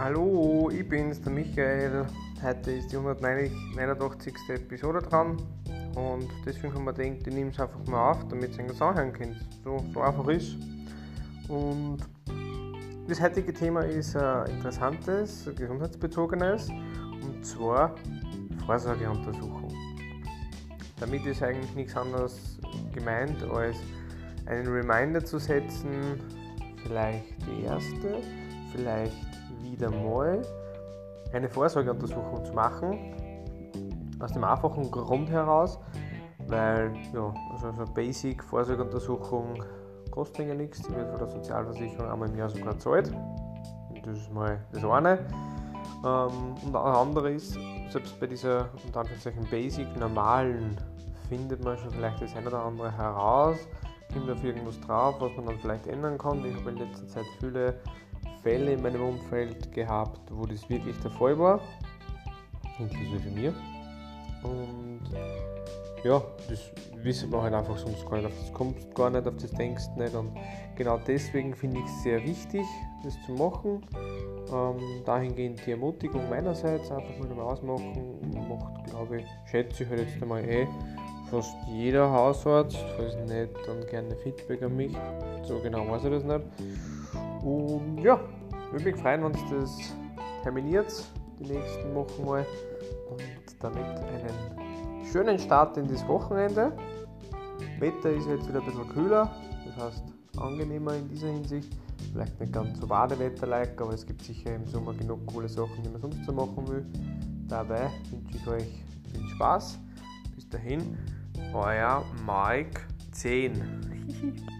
Hallo, ich bin's, der Michael. Heute ist die 189. Episode dran und deswegen haben wir gedacht, ich nehme es einfach mal auf, damit ihr es anhören könnt. So einfach ist. Und das heutige Thema ist ein interessantes, gesundheitsbezogenes, und zwar Vorsorgeuntersuchung. Damit ist eigentlich nichts anderes gemeint, als einen Reminder zu setzen, vielleicht die erste, vielleicht wieder mal eine Vorsorgeuntersuchung zu machen. Aus dem einfachen Grund heraus, weil also eine Basic-Vorsorgeuntersuchung kostet ja nichts, die wird von der Sozialversicherung einmal im Jahr sogar gezahlt. Und das ist mal das eine. Und das andere ist, selbst bei dieser unter Anführungszeichen Basic normalen findet man schon vielleicht das eine oder andere heraus, kommt auf irgendwas drauf, was man dann vielleicht ändern kann. Ich habe in letzter Zeit viele Fälle in meinem Umfeld gehabt, wo das wirklich der Fall war, inklusive mir. Und ja, das wissen wir halt einfach sonst gar nicht, auf das kommst gar nicht, auf das denkst nicht. Und genau deswegen finde ich es sehr wichtig, das zu machen. Dahingehend die Ermutigung meinerseits, einfach mal ausmachen, macht, glaube ich, schätze ich halt jetzt einmal fast jeder Hausarzt. Falls nicht, dann gerne Feedback an mich, so genau weiß ich das nicht. Und ja, würde mich freuen, wenn ihr das terminiert, die nächsten Wochen mal, und damit einen schönen Start in das Wochenende. Wetter ist jetzt wieder ein bisschen kühler, das heißt angenehmer in dieser Hinsicht. Vielleicht nicht ganz so Badewetter-like, aber es gibt sicher im Sommer genug coole Sachen, die man sonst so machen will. Dabei wünsche ich euch viel Spaß. Bis dahin, euer Mike 10.